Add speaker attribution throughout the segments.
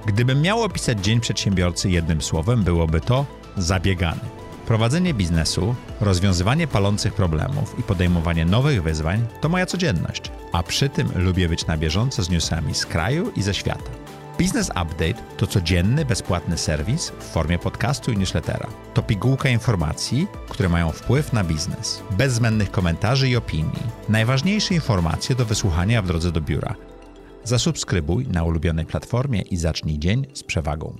Speaker 1: Gdybym miał opisać dzień przedsiębiorcy jednym słowem, byłoby to zabiegany. Prowadzenie biznesu, rozwiązywanie palących problemów i podejmowanie nowych wyzwań to moja codzienność, a przy tym lubię być na bieżąco z newsami z kraju i ze świata. Business Update to codzienny, bezpłatny serwis w formie podcastu i newslettera. To pigułka informacji, które mają wpływ na biznes. Bez zbędnych komentarzy i opinii. Najważniejsze informacje do wysłuchania w drodze do biura. Zasubskrybuj na ulubionej platformie i zacznij dzień z przewagą.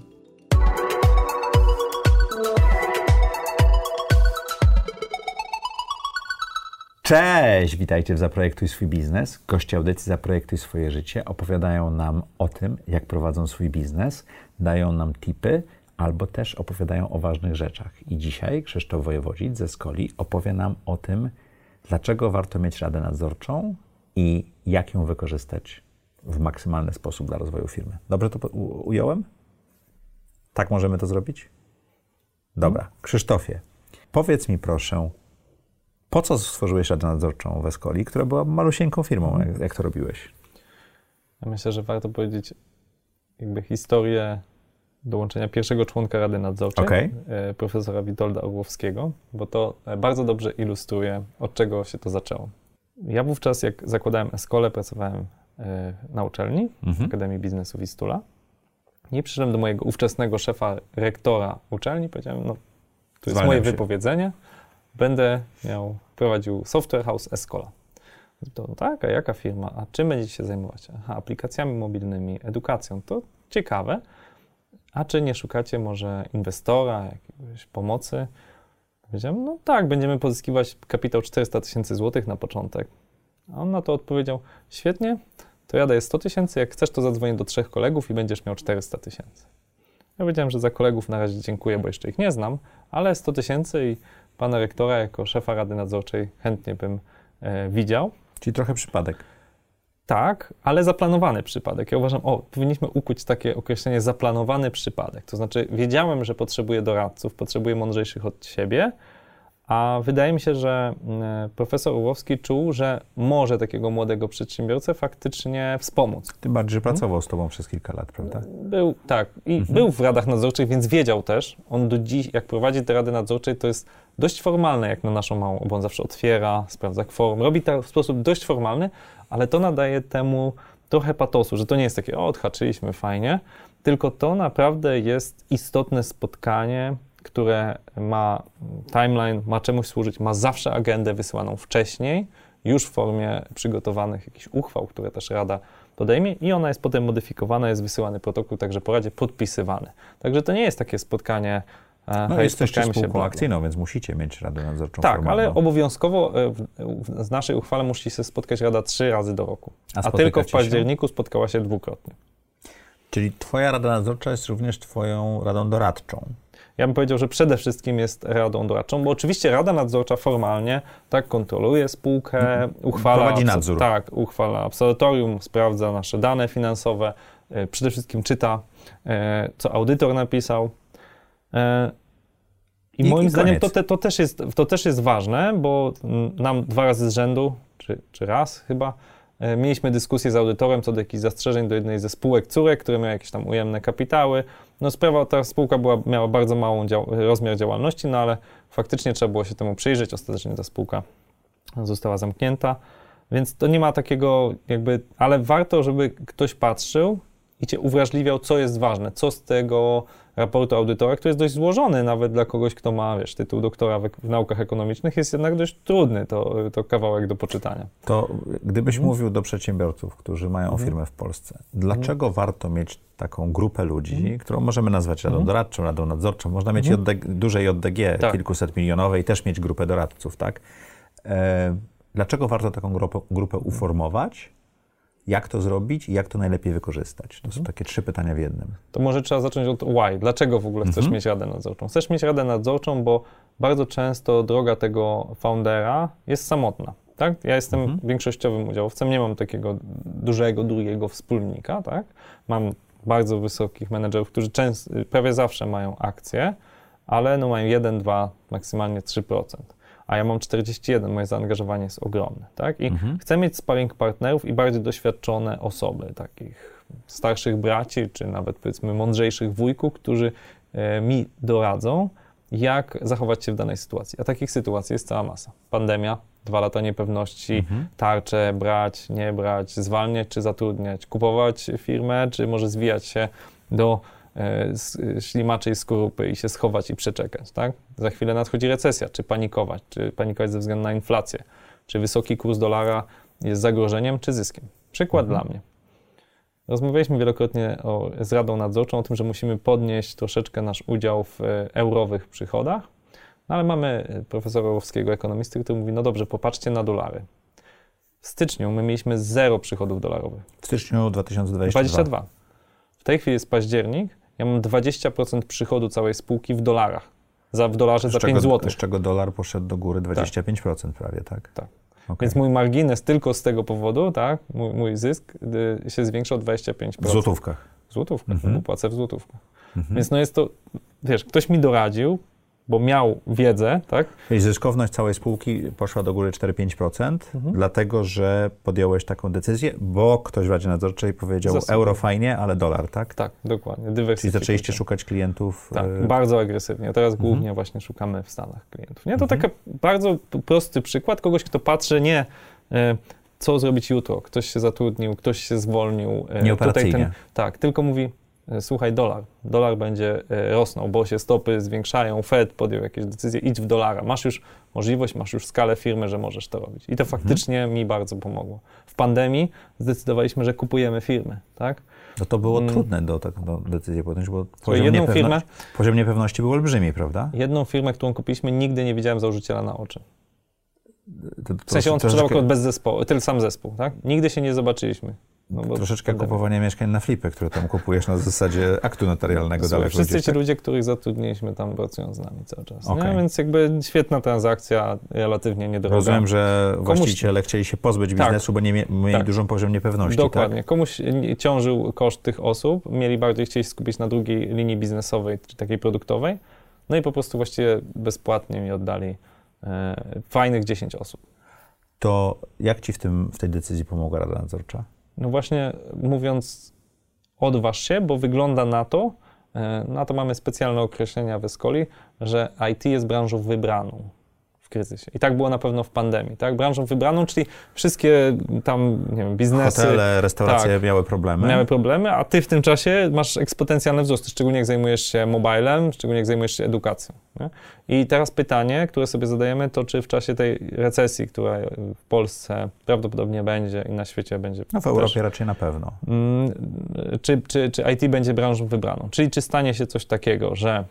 Speaker 1: Cześć! Witajcie w Zaprojektuj swój biznes. Goście audycji Zaprojektuj swoje życie opowiadają nam o tym, jak prowadzą swój biznes, dają nam tipy albo też opowiadają o ważnych rzeczach. I dzisiaj Krzysztof Wojewodzic ze Skoli opowie nam o tym, dlaczego warto mieć radę nadzorczą i jak ją wykorzystać w maksymalny sposób dla rozwoju firmy. Dobrze to ująłem? Tak możemy to zrobić? Dobra. Krzysztofie, powiedz mi proszę, po co stworzyłeś Radę Nadzorczą w Skoli, która była malusieńką firmą, jak to robiłeś?
Speaker 2: Ja myślę, że warto powiedzieć jakby historię dołączenia pierwszego członka Rady Nadzorczej, profesora Witolda Orłowskiego, bo to bardzo dobrze ilustruje, od czego się to zaczęło. Ja wówczas, jak zakładałem Eskolę, pracowałem na uczelni, w Akademii Biznesu Wistula i przyszedłem do mojego ówczesnego szefa, rektora uczelni, powiedziałem, no to jest moje wypowiedzenie, będę prowadził software house Escola. To tak, a jaka firma? A czym będziecie się zajmować? Aha, aplikacjami mobilnymi, edukacją. To ciekawe. A czy nie szukacie może inwestora, jakiejś pomocy? Powiedziałem, no tak, będziemy pozyskiwać kapitał 400 000 złotych na początek. A on na to odpowiedział, świetnie, to ja daję 100 000, jak chcesz, to zadzwonię do 3 kolegów i będziesz miał 400 000. Ja powiedziałem, że za kolegów na razie dziękuję, bo jeszcze ich nie znam, ale 100 000 i pana rektora jako szefa Rady Nadzorczej chętnie bym widział.
Speaker 1: Czyli trochę przypadek.
Speaker 2: Tak, ale zaplanowany przypadek. Ja uważam, powinniśmy ukuć takie określenie zaplanowany przypadek. To znaczy wiedziałem, że potrzebuję doradców, potrzebuję mądrzejszych od siebie, a wydaje mi się, że profesor Orłowski czuł, że może takiego młodego przedsiębiorcę faktycznie wspomóc.
Speaker 1: Tym bardziej, że pracował z tobą przez kilka lat, prawda?
Speaker 2: Był, tak. I był w radach nadzorczych, więc wiedział też. On do dziś, jak prowadzi te rady nadzorcze, to jest dość formalne, jak na naszą małą, bo on zawsze otwiera, sprawdza kworum. Robi to w sposób dość formalny, ale to nadaje temu trochę patosu, że to nie jest takie, odhaczyliśmy, fajnie, tylko to naprawdę jest istotne spotkanie, które ma timeline, ma czemuś służyć, ma zawsze agendę wysyłaną wcześniej, już w formie przygotowanych jakichś uchwał, które też Rada podejmie i ona jest potem modyfikowana, jest wysyłany protokół, także po Radzie podpisywany. Także to nie jest takie spotkanie,
Speaker 1: jesteście spółką akcyjną, więc musicie mieć Radę Nadzorczą
Speaker 2: tak,
Speaker 1: formalną.
Speaker 2: Ale obowiązkowo w naszej uchwale musi się spotkać Rada 3 razy do roku, a tylko w październiku spotkała się dwukrotnie.
Speaker 1: Czyli twoja Rada Nadzorcza jest również twoją Radą Doradczą.
Speaker 2: Ja bym powiedział, że przede wszystkim jest radą doradczą, bo oczywiście Rada Nadzorcza formalnie tak kontroluje spółkę,
Speaker 1: prowadzi nadzór.
Speaker 2: Tak, uchwala absolutorium, sprawdza nasze dane finansowe, przede wszystkim czyta, co audytor napisał. I moim zdaniem to też jest ważne, bo nam 2 razy z rzędu, czy raz chyba, mieliśmy dyskusję z audytorem co do jakichś zastrzeżeń do jednej ze spółek córek, które miały jakieś tam ujemne kapitały. No ta spółka miała bardzo mały rozmiar działalności, no ale faktycznie trzeba było się temu przyjrzeć. Ostatecznie ta spółka została zamknięta, więc to nie ma takiego ale warto, żeby ktoś patrzył i cię uwrażliwiał, co jest ważne, co z tego raportu audytora, który jest dość złożony nawet dla kogoś, kto ma, tytuł doktora w naukach ekonomicznych, jest jednak dość trudny, to kawałek do poczytania.
Speaker 1: To gdybyś mówił do przedsiębiorców, którzy mają firmę w Polsce, dlaczego warto mieć taką grupę ludzi, którą możemy nazwać Radą Doradczą, Radą Nadzorczą, można mieć duże JDG, tak, kilkuset milionowe i też mieć grupę doradców, tak? Dlaczego warto taką grupę uformować? Jak to zrobić i jak to najlepiej wykorzystać? To są takie 3 pytania w jednym.
Speaker 2: To może trzeba zacząć od why. Dlaczego w ogóle chcesz mieć Radę Nadzorczą? Chcesz mieć Radę Nadzorczą, bo bardzo często droga tego foundera jest samotna. Tak? Ja jestem większościowym udziałowcem, nie mam takiego dużego, drugiego wspólnika. Tak? Mam bardzo wysokich menedżerów, którzy prawie zawsze mają akcje, ale mają 1, 2, maksymalnie 3%. A ja mam 41, moje zaangażowanie jest ogromne, tak? I chcę mieć sparring partnerów i bardziej doświadczone osoby, takich moich starszych braci, czy nawet powiedzmy mądrzejszych wujków, którzy mi doradzą, jak zachować się w danej sytuacji. A takich sytuacji jest cała masa. Pandemia, 2 lata niepewności, tarcze, brać, nie brać, zwalniać czy zatrudniać, kupować firmę, czy może zwijać się do ślimaczej skorupy i się schować i przeczekać, tak? Za chwilę nadchodzi recesja, czy panikować ze względu na inflację, czy wysoki kurs dolara jest zagrożeniem, czy zyskiem. Przykład dla mnie. Rozmawialiśmy wielokrotnie z Radą Nadzorczą o tym, że musimy podnieść troszeczkę nasz udział w eurowych przychodach, no ale mamy profesora Orłowskiego, ekonomisty, który mówi, no dobrze, popatrzcie na dolary. W styczniu my mieliśmy 0 przychodów dolarowych.
Speaker 1: W styczniu 2022.
Speaker 2: W tej chwili jest październik, ja mam 20% przychodu całej spółki w dolarach. W dolarze za 5 zł.
Speaker 1: Z czego dolar poszedł do góry 25% prawie, tak?
Speaker 2: Tak.
Speaker 1: Okay.
Speaker 2: Więc mój margines tylko z tego powodu, tak, mój zysk się zwiększył o 25%.
Speaker 1: W złotówkach.
Speaker 2: W złotówkach, bo płacę w złotówkach. Więc no jest to, wiesz, ktoś mi doradził, bo miał wiedzę, tak?
Speaker 1: Czyli zyskowność całej spółki poszła do góry 4-5%, dlatego, że podjąłeś taką decyzję, bo ktoś w Radzie Nadzorczej powiedział, euro fajnie, ale dolar, tak?
Speaker 2: Tak, dokładnie.
Speaker 1: Czyli zaczęliście szukać klientów?
Speaker 2: Tak, bardzo agresywnie. Teraz głównie właśnie szukamy w Stanach klientów. Nie, to taki bardzo prosty przykład kogoś, kto patrzy nie co zrobić jutro. Ktoś się zatrudnił, ktoś się zwolnił.
Speaker 1: Nieoperacyjnie.
Speaker 2: Tak, tylko mówi, słuchaj, dolar będzie rosnął, bo się stopy zwiększają, Fed podjął jakieś decyzje, idź w dolara. Masz już możliwość, masz już skalę firmy, że możesz to robić. I to faktycznie mi bardzo pomogło. W pandemii zdecydowaliśmy, że kupujemy firmy, tak?
Speaker 1: No to było trudne do decyzji podjąć, bo poziom niepewności był olbrzymi, prawda?
Speaker 2: Jedną firmę, którą kupiliśmy, nigdy nie widziałem założyciela na oczy. W sensie on sprzedał akurat bez zespołu, tyle sam zespół, tak? Nigdy się nie zobaczyliśmy.
Speaker 1: No troszeczkę kupowanie mieszkań na flipy, które tam kupujesz na zasadzie aktu notarialnego.
Speaker 2: Wszyscy ci ludzie, których zatrudniliśmy tam, pracują z nami cały czas. Okay. Więc jakby świetna transakcja, relatywnie niedroga.
Speaker 1: Rozumiem, że właściciele chcieli się pozbyć biznesu, bo nie mieli dużą poziom niepewności.
Speaker 2: Dokładnie.
Speaker 1: Tak?
Speaker 2: Komuś ciążył koszt tych osób, chcieli się skupić na drugiej linii biznesowej, czy takiej produktowej, no i po prostu właściwie bezpłatnie mi oddali fajnych 10 osób.
Speaker 1: To jak ci w tej decyzji pomogła Rada Nadzorcza?
Speaker 2: No właśnie mówiąc, odważ się, bo wygląda na to mamy specjalne określenia w Escoli, że IT jest branżą wybraną w kryzysie. I tak było na pewno w pandemii, tak? Branżą wybraną, czyli wszystkie tam, nie wiem, biznesy...
Speaker 1: Hotele, restauracje miały problemy.
Speaker 2: A ty w tym czasie masz eksponencjalne wzrosty, szczególnie jak zajmujesz się mobilem, szczególnie jak zajmujesz się edukacją. Nie? I teraz pytanie, które sobie zadajemy, to czy w czasie tej recesji, która w Polsce prawdopodobnie będzie i na świecie będzie...
Speaker 1: No w Europie raczej na pewno.
Speaker 2: Czy IT będzie branżą wybraną? Czyli czy stanie się coś takiego, że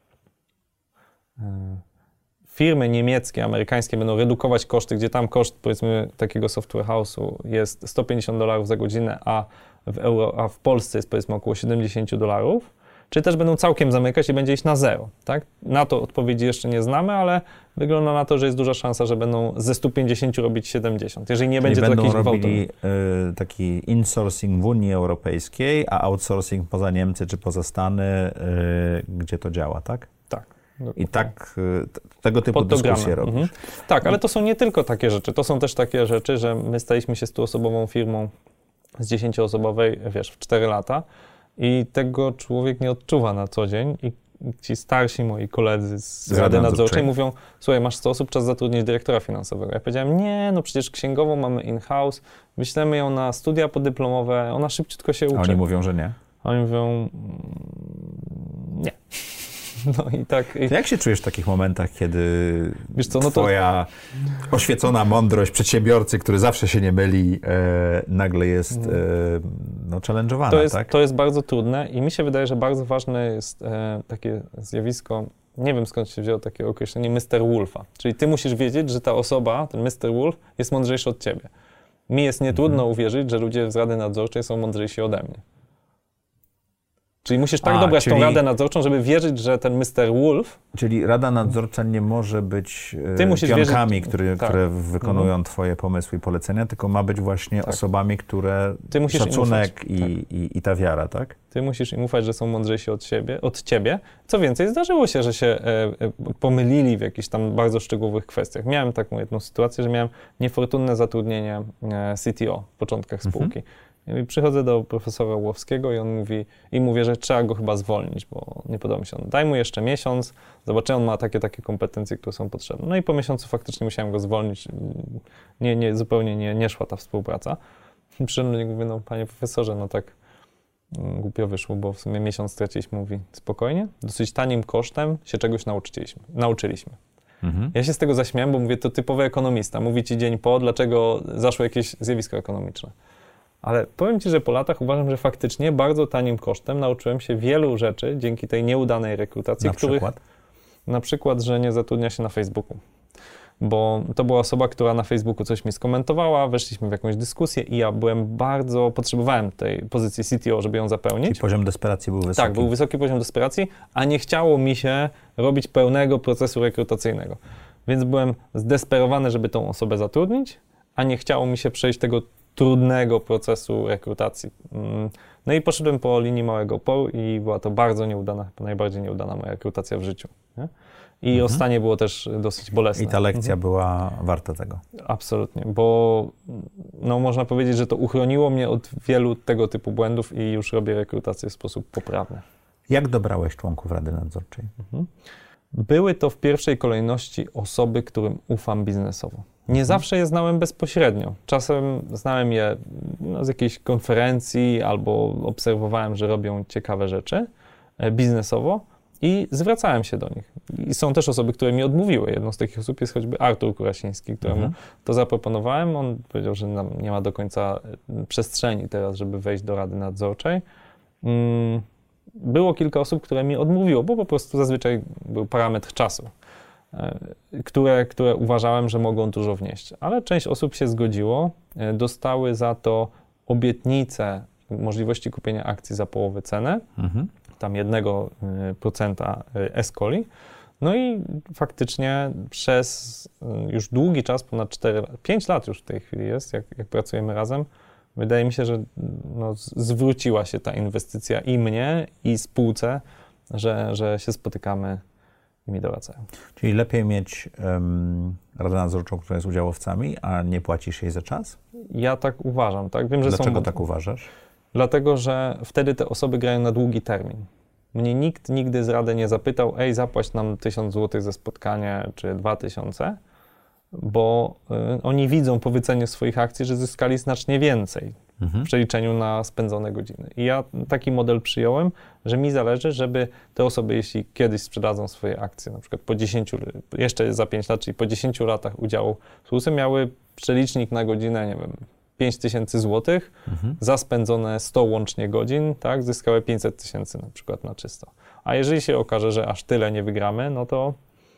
Speaker 2: firmy niemieckie, amerykańskie będą redukować koszty, gdzie tam koszt, powiedzmy, takiego software house'u jest $150 za godzinę, a w Polsce jest, powiedzmy, około $70, czy też będą całkiem zamykać i będzie iść na 0, tak? Na to odpowiedzi jeszcze nie znamy, ale wygląda na to, że jest duża szansa, że będą ze 150 robić 70, jeżeli nie będzie to jakiś gwałtowny.
Speaker 1: Będą robili taki insourcing w Unii Europejskiej, a outsourcing poza Niemcy czy poza Stany, gdzie to działa, tak?
Speaker 2: Tak.
Speaker 1: I tak tego typu dyskusje robisz.
Speaker 2: Tak, ale to są nie tylko takie rzeczy. To są też takie rzeczy, że my staliśmy się 100-osobową firmą z 10-osobowej, wiesz, w 4 lata i tego człowiek nie odczuwa na co dzień i ci starsi moi koledzy z Rady Nadzorczej mówią, słuchaj, masz 100 osób, czas zatrudnić dyrektora finansowego. Ja powiedziałem, nie, no przecież księgową mamy in-house, wyślemy ją na studia podyplomowe, ona szybciutko się uczy.
Speaker 1: A oni mówią, że nie?
Speaker 2: Oni mówią, nie. No i tak.
Speaker 1: Jak się czujesz w takich momentach, kiedy twoja oświecona mądrość przedsiębiorcy, który zawsze się nie myli, nagle jest challenge'owana, tak?
Speaker 2: To jest bardzo trudne i mi się wydaje, że bardzo ważne jest takie zjawisko, nie wiem skąd się wzięło takie określenie Mr. Wolfa. Czyli ty musisz wiedzieć, że ta osoba, ten Mr. Wolf jest mądrzejszy od ciebie. Mi jest nietrudno uwierzyć, że ludzie z Rady Nadzorczej są mądrzejsi ode mnie. Czyli musisz tak dobrać tą Radę Nadzorczą, żeby wierzyć, że ten Mr. Wolf...
Speaker 1: Czyli Rada Nadzorcza nie może być pionkami, które wykonują twoje pomysły i polecenia, tylko ma być właśnie osobami, które... Szacunek i ta wiara, tak?
Speaker 2: Ty musisz im ufać, że są mądrzejsi od ciebie. Co więcej, zdarzyło się, że się pomylili w jakichś tam bardzo szczegółowych kwestiach. Miałem taką jedną sytuację, że miałem niefortunne zatrudnienie CTO w początkach spółki. I przychodzę do profesora Orłowskiego i mówię, że trzeba go chyba zwolnić, bo nie podoba mi się on. Daj mu jeszcze miesiąc, zobaczę, on ma takie kompetencje, które są potrzebne. No i po miesiącu faktycznie musiałem go zwolnić. Zupełnie nie szła ta współpraca. Przyszedłem do niego i mówię, no panie profesorze, no tak głupio wyszło, bo w sumie miesiąc straciliśmy. Mówi, spokojnie, dosyć tanim kosztem się czegoś nauczyliśmy. Ja się z tego zaśmiałem, bo mówię, to typowy ekonomista. Mówi ci dzień po, dlaczego zaszło jakieś zjawisko ekonomiczne. Ale powiem ci, że po latach uważam, że faktycznie bardzo tanim kosztem nauczyłem się wielu rzeczy dzięki tej nieudanej rekrutacji, na przykład, że nie zatrudnia się na Facebooku. Bo to była osoba, która na Facebooku coś mi skomentowała, weszliśmy w jakąś dyskusję i ja potrzebowałem tej pozycji CTO, żeby ją zapełnić.
Speaker 1: Czyli poziom desperacji był wysoki.
Speaker 2: Tak, był wysoki poziom desperacji, a nie chciało mi się robić pełnego procesu rekrutacyjnego. Więc byłem zdesperowany, żeby tą osobę zatrudnić, a nie chciało mi się przejść tego trudnego procesu rekrutacji. No i poszedłem po linii małego oporu i była to bardzo nieudana, najbardziej nieudana moja rekrutacja w życiu. Nie? I rozstanie było też dosyć bolesne.
Speaker 1: I ta lekcja była warta tego.
Speaker 2: Absolutnie, bo no, można powiedzieć, że to uchroniło mnie od wielu tego typu błędów i już robię rekrutację w sposób poprawny.
Speaker 1: Jak dobrałeś członków Rady Nadzorczej?
Speaker 2: Były to w pierwszej kolejności osoby, którym ufam biznesowo. Nie zawsze je znałem bezpośrednio. Czasem znałem je z jakiejś konferencji albo obserwowałem, że robią ciekawe rzeczy biznesowo i zwracałem się do nich. I są też osoby, które mi odmówiły. Jedną z takich osób jest choćby Artur Kurasiński, któremu to zaproponowałem. On powiedział, że nie ma do końca przestrzeni teraz, żeby wejść do Rady Nadzorczej. Było kilka osób, które mi odmówiło, bo po prostu zazwyczaj był parametr czasu, które uważałem, że mogą dużo wnieść. Ale część osób się zgodziło, dostały za to obietnicę możliwości kupienia akcji za połowę ceny, tam 1% Escoli. No i faktycznie przez już długi czas, ponad 5 lat już w tej chwili jest, jak pracujemy razem, wydaje mi się, że no, zwróciła się ta inwestycja i mnie, i spółce, że się spotykamy i mi doradzają.
Speaker 1: Czyli lepiej mieć Radę Nadzorczą, która jest udziałowcami, a nie płacisz jej za czas?
Speaker 2: Ja tak uważam, tak? Wiem, że
Speaker 1: Dlaczego tak uważasz?
Speaker 2: Dlatego, że wtedy te osoby grają na długi termin. Mnie nikt nigdy z Rady nie zapytał, zapłać nam 1000 zł za spotkanie, czy 2000, bo oni widzą po wycenie swoich akcji, że zyskali znacznie więcej w przeliczeniu na spędzone godziny. I ja taki model przyjąłem, że mi zależy, żeby te osoby, jeśli kiedyś sprzedadzą swoje akcje, na przykład jeszcze za 5 lat, czyli po 10 latach udziału w spółce, miały przelicznik na godzinę, nie wiem, 5000 zł, za spędzone 100 łącznie godzin, tak, zyskały 500 000 na przykład na czysto. A jeżeli się okaże, że aż tyle nie wygramy, no to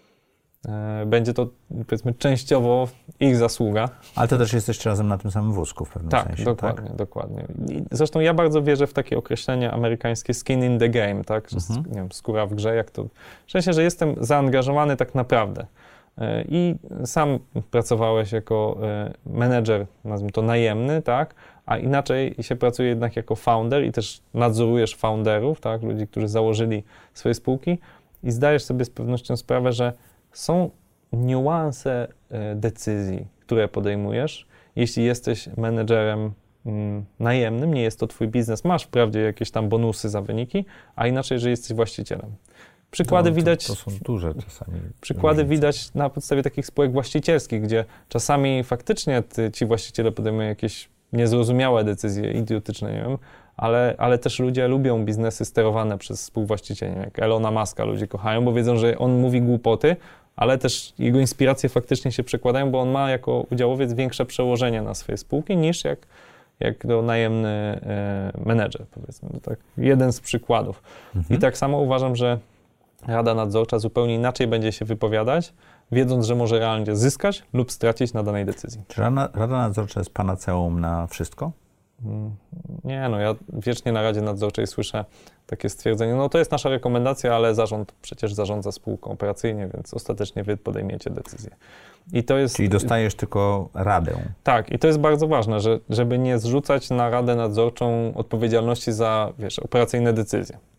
Speaker 2: będzie to, powiedzmy, częściowo ich zasługa.
Speaker 1: Ale to też jesteście razem na tym samym wózku w pewnym sensie.
Speaker 2: Dokładnie. I zresztą ja bardzo wierzę w takie określenie amerykańskie skin in the game, tak? Że, nie wiem, skóra w grze, jak to... W sensie, że jestem zaangażowany tak naprawdę. I sam pracowałeś jako menedżer, nazwijmy to najemny, tak? A inaczej się pracuje jednak jako founder i też nadzorujesz founderów, tak? Ludzi, którzy założyli swoje spółki i zdajesz sobie z pewnością sprawę, że są niuanse decyzji, które podejmujesz. Jeśli jesteś menedżerem najemnym, nie jest to twój biznes, masz wprawdzie jakieś tam bonusy za wyniki, a inaczej, że jesteś właścicielem. Przykłady widać.
Speaker 1: To są duże czasami.
Speaker 2: Przykłady widać na podstawie takich spółek właścicielskich, gdzie czasami faktycznie ci właściciele podejmują jakieś niezrozumiałe decyzje, idiotyczne, nie wiem, ale też ludzie lubią biznesy sterowane przez współwłaścicieli. Jak Elona Muska ludzie kochają, bo wiedzą, że on mówi głupoty, ale też jego inspiracje faktycznie się przekładają, bo on ma jako udziałowiec większe przełożenie na swoje spółki niż jak to najemny menedżer, powiedzmy. To tak jeden z przykładów. I tak samo uważam, że Rada Nadzorcza zupełnie inaczej będzie się wypowiadać, wiedząc, że może realnie zyskać lub stracić na danej decyzji.
Speaker 1: Czy Rada Nadzorcza jest panaceum na wszystko?
Speaker 2: Nie, no ja wiecznie na Radzie Nadzorczej słyszę takie stwierdzenie, no to jest nasza rekomendacja, ale zarząd przecież zarządza spółką operacyjnie, więc ostatecznie wy podejmiecie decyzję. I to jest...
Speaker 1: Czyli dostajesz tylko radę.
Speaker 2: Tak, i to jest bardzo ważne, żeby nie zrzucać na Radę Nadzorczą odpowiedzialności za, operacyjne decyzje.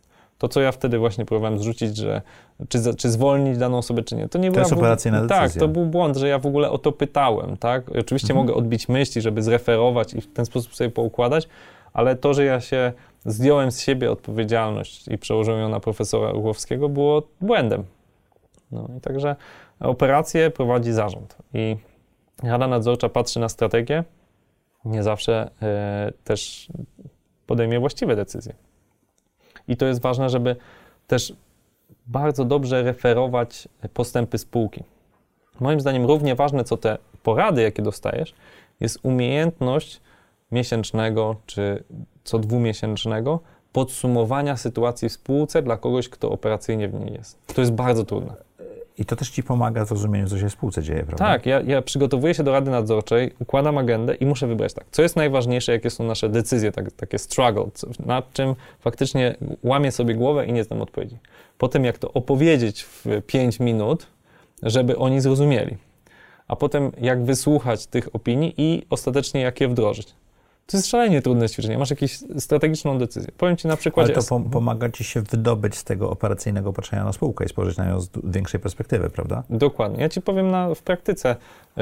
Speaker 2: To, co ja wtedy właśnie próbowałem zrzucić, że czy zwolnić daną osobę, czy nie. To nie była
Speaker 1: jest operacyjna decyzja.
Speaker 2: Tak, to był błąd, że ja w ogóle o to pytałem, tak? Oczywiście mogę odbić myśli, żeby zreferować i w ten sposób sobie poukładać, ale to, że ja się zdjąłem z siebie odpowiedzialność i przełożyłem ją na profesora Orłowskiego, było błędem. No i także operację prowadzi zarząd i Rada Nadzorcza patrzy na strategię, nie zawsze też podejmie właściwe decyzje. I to jest ważne, żeby też bardzo dobrze referować postępy spółki. Moim zdaniem równie ważne, co te porady, jakie dostajesz, jest umiejętność miesięcznego czy co dwumiesięcznego podsumowania sytuacji w spółce dla kogoś, kto operacyjnie w niej jest. To jest bardzo trudne.
Speaker 1: I to też ci pomaga w zrozumieniu, co się w spółce dzieje, prawda?
Speaker 2: Tak, ja przygotowuję się do Rady Nadzorczej, układam agendę i muszę wybrać tak, co jest najważniejsze, jakie są nasze decyzje, takie struggle, nad czym faktycznie łamię sobie głowę i nie znam odpowiedzi. Potem jak to opowiedzieć w 5 minut, żeby oni zrozumieli. A potem jak wysłuchać tych opinii i ostatecznie jak je wdrożyć. To jest szalenie trudne ćwiczenie. Masz jakąś strategiczną decyzję. Powiem ci na przykładzie...
Speaker 1: Ale to pomaga ci się wydobyć z tego operacyjnego patrzenia na spółkę i spojrzeć na nią z większej perspektywy, prawda?
Speaker 2: Dokładnie. Ja ci powiem w praktyce.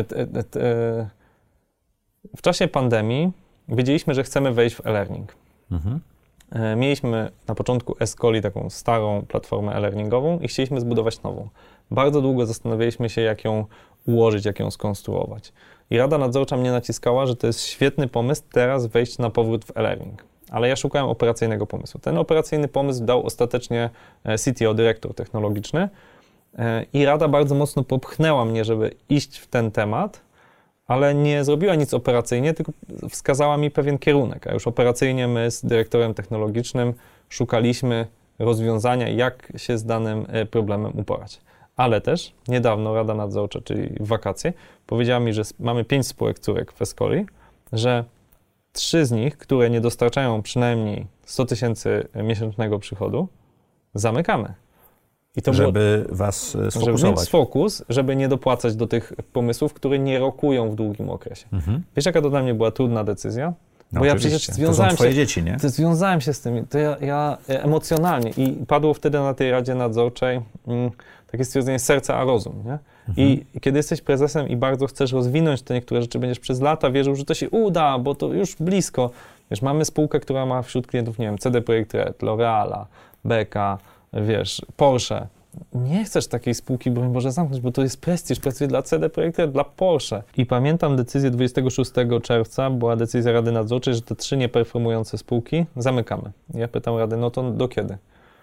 Speaker 2: W czasie pandemii wiedzieliśmy, że chcemy wejść w e-learning. Mieliśmy na początku Escoli taką starą platformę e-learningową i chcieliśmy zbudować nową. Bardzo długo zastanawialiśmy się, jak ją ułożyć, jak ją skonstruować. I Rada Nadzorcza mnie naciskała, że to jest świetny pomysł teraz wejść na powrót w e-learning. Ale ja szukałem operacyjnego pomysłu. Ten operacyjny pomysł dał ostatecznie CTO, dyrektor technologiczny i Rada bardzo mocno popchnęła mnie, żeby iść w ten temat, ale nie zrobiła nic operacyjnie, tylko wskazała mi pewien kierunek. A już operacyjnie my z dyrektorem technologicznym szukaliśmy rozwiązania, jak się z danym problemem uporać. Ale też niedawno Rada Nadzorcza, czyli w wakacje, powiedziała mi, że mamy 5 spółek córek w Escoli, że 3 z nich, które nie dostarczają przynajmniej 100 000 miesięcznego przychodu, zamykamy. I to
Speaker 1: żeby was sfokusować.
Speaker 2: Żeby mieć fokus, żeby nie dopłacać do tych pomysłów, które nie rokują w długim okresie. Wiesz, jaka to dla mnie była trudna decyzja?
Speaker 1: No bo ja przecież związałem się, dzieci, nie?
Speaker 2: Związałem się z tym, to ja emocjonalnie i padło wtedy na tej Radzie Nadzorczej takie stwierdzenie serca a rozum, nie? I kiedy jesteś prezesem i bardzo chcesz rozwinąć te niektóre rzeczy, będziesz przez lata wierzył, że to się uda, bo to już blisko. Wiesz, mamy spółkę, która ma wśród klientów, nie wiem, CD Projekt Red, L'Oreala, Beka, wiesz, Porsche. Nie chcesz takiej spółki, broń Boże, zamknąć, bo to jest prestiż, pracuję dla CD Projekt Red, dla Porsche. I pamiętam decyzję 26 czerwca, była decyzja Rady Nadzorczej, że te 3 nieperformujące spółki zamykamy. Ja pytam Rady, no to do kiedy?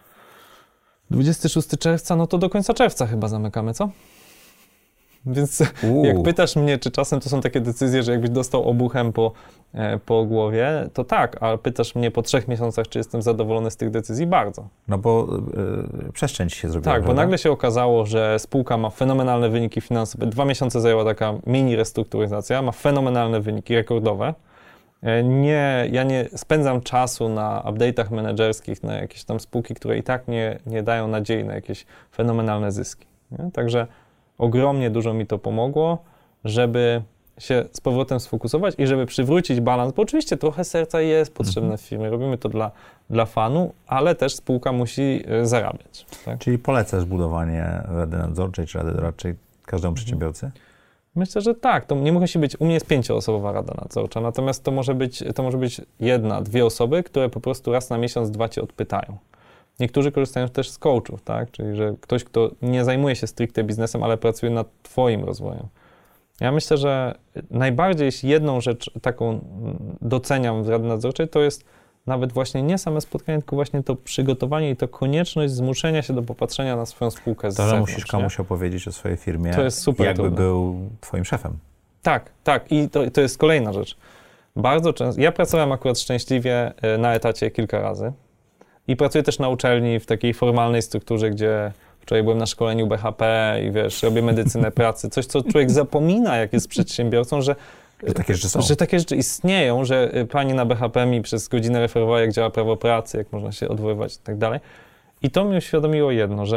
Speaker 2: 26 czerwca, no to do końca czerwca chyba zamykamy, co? Więc jak pytasz mnie, czy czasem to są takie decyzje, że jakbyś dostał obuchem po głowie, to tak, ale pytasz mnie po 3 miesiącach, czy jestem zadowolony z tych decyzji? Bardzo.
Speaker 1: No bo przestrzeń ci się zrobiła.
Speaker 2: Tak, bo nagle się okazało, że spółka ma fenomenalne wyniki finansowe. 2 miesiące zajęła taka mini restrukturyzacja, ma fenomenalne wyniki rekordowe. Ja nie spędzam czasu na update'ach menedżerskich, na jakieś tam spółki, które i tak nie dają nadziei na jakieś fenomenalne zyski. Nie? Także ogromnie dużo mi to pomogło, żeby się z powrotem sfokusować i żeby przywrócić balans, bo oczywiście trochę serca jest potrzebne w firmie, robimy to dla fanu, ale też spółka musi zarabiać. Tak?
Speaker 1: Czyli polecasz budowanie Rady Nadzorczej czy Rady Doradczej każdemu przedsiębiorcy?
Speaker 2: Myślę, że tak. To nie musi być, u mnie jest 5-osobowa Rada Nadzorcza, natomiast to może być 1, 2 osoby, które po prostu raz na miesiąc, 2 cię odpytają. Niektórzy korzystają też z coachów, tak? Czyli że ktoś, kto nie zajmuje się stricte biznesem, ale pracuje nad twoim rozwojem. Ja myślę, że najbardziej, jeśli jedną rzecz taką doceniam w Radzie Nadzorczej, to jest nawet właśnie nie same spotkanie, tylko właśnie to przygotowanie i to konieczność zmuszenia się do popatrzenia na swoją spółkę z zewnątrz.
Speaker 1: To, że musisz komuś opowiedzieć o swojej firmie,
Speaker 2: to jest super
Speaker 1: jakby
Speaker 2: trudne.
Speaker 1: był twoim szefem.
Speaker 2: Tak. I to jest kolejna rzecz. Bardzo często, ja pracowałem akurat szczęśliwie na etacie kilka razy i pracuję też na uczelni w takiej formalnej strukturze, gdzie wczoraj byłem na szkoleniu BHP i wiesz, robię medycynę pracy, coś, co człowiek zapomina, jak jest przedsiębiorcą, że
Speaker 1: takie rzeczy są.
Speaker 2: Że takie rzeczy istnieją, że pani na BHP mi przez godzinę referowała, jak działa prawo pracy, jak można się odwoływać i tak dalej. I to mi uświadomiło jedno, że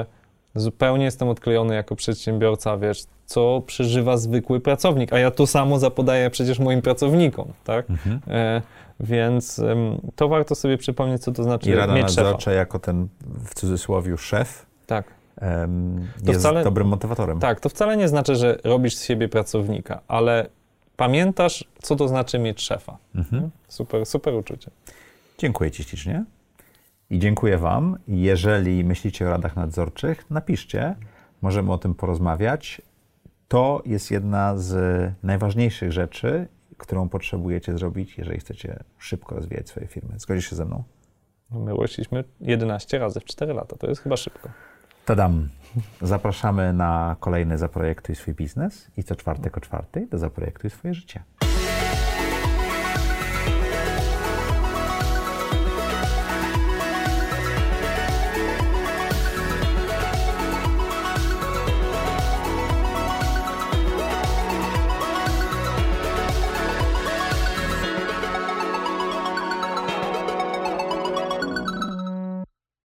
Speaker 2: Zupełnie jestem odklejony jako przedsiębiorca, wiesz, co przeżywa zwykły pracownik, a ja to samo zapodaję przecież moim pracownikom, tak? Więc to warto sobie przypomnieć, co to znaczy
Speaker 1: mieć szefa. I rada nadzorcza jako ten, w cudzysłowie, szef,
Speaker 2: tak.
Speaker 1: Jest dobrym motywatorem.
Speaker 2: Tak, to wcale nie znaczy, że robisz z siebie pracownika, ale pamiętasz, co to znaczy mieć szefa. Super uczucie.
Speaker 1: Dziękuję Ci ślicznie i dziękuję Wam. Jeżeli myślicie o radach nadzorczych, napiszcie, możemy o tym porozmawiać. To jest jedna z najważniejszych rzeczy, którą potrzebujecie zrobić, jeżeli chcecie szybko rozwijać swoje firmy. Zgodzisz się ze mną?
Speaker 2: No my rośliśmy 11 razy w 4 lata, to jest chyba szybko.
Speaker 1: Tadam! Zapraszamy na kolejny Zaprojektuj swój biznes i co czwartek o 4:00 do Zaprojektuj swoje życie.